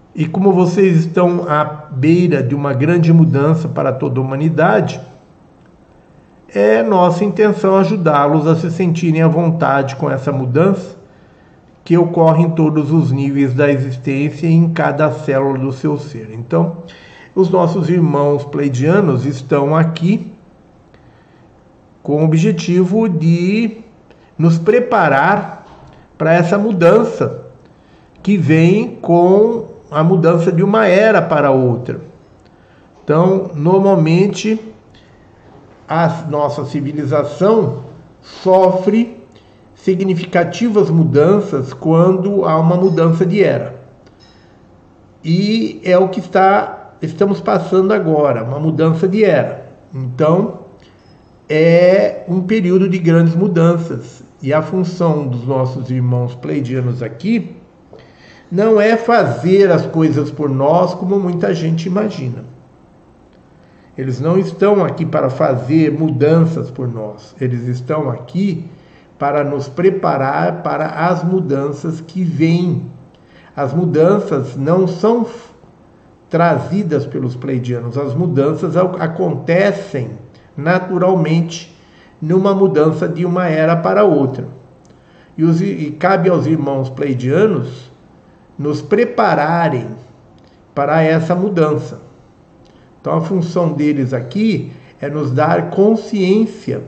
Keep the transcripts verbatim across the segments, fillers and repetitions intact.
E como vocês estão à beira de uma grande mudança para toda a humanidade, é nossa intenção ajudá-los a se sentirem à vontade com essa mudança que ocorre em todos os níveis da existência e em cada célula do seu ser. Então, os nossos irmãos pleidianos estão aqui com o objetivo de nos preparar para essa mudança que vem com a mudança de uma era para outra. Então, normalmente, a nossa civilização sofre significativas mudanças quando há uma mudança de era. E é o que está, estamos passando agora, uma mudança de era. Então, é um período de grandes mudanças. E a função dos nossos irmãos pleidianos aqui não é fazer as coisas por nós como muita gente imagina. Eles não estão aqui para fazer mudanças por nós. Eles estão aqui para nos preparar para as mudanças que vêm. As mudanças não são trazidas pelos pleidianos. As mudanças acontecem naturalmente numa mudança de uma era para outra. E, os, e cabe aos irmãos pleidianos nos prepararem para essa mudança. Então a função deles aqui é nos dar consciência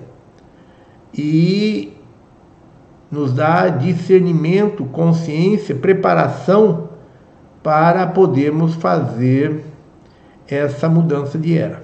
e nos dar discernimento, consciência, preparação para podermos fazer essa mudança de era.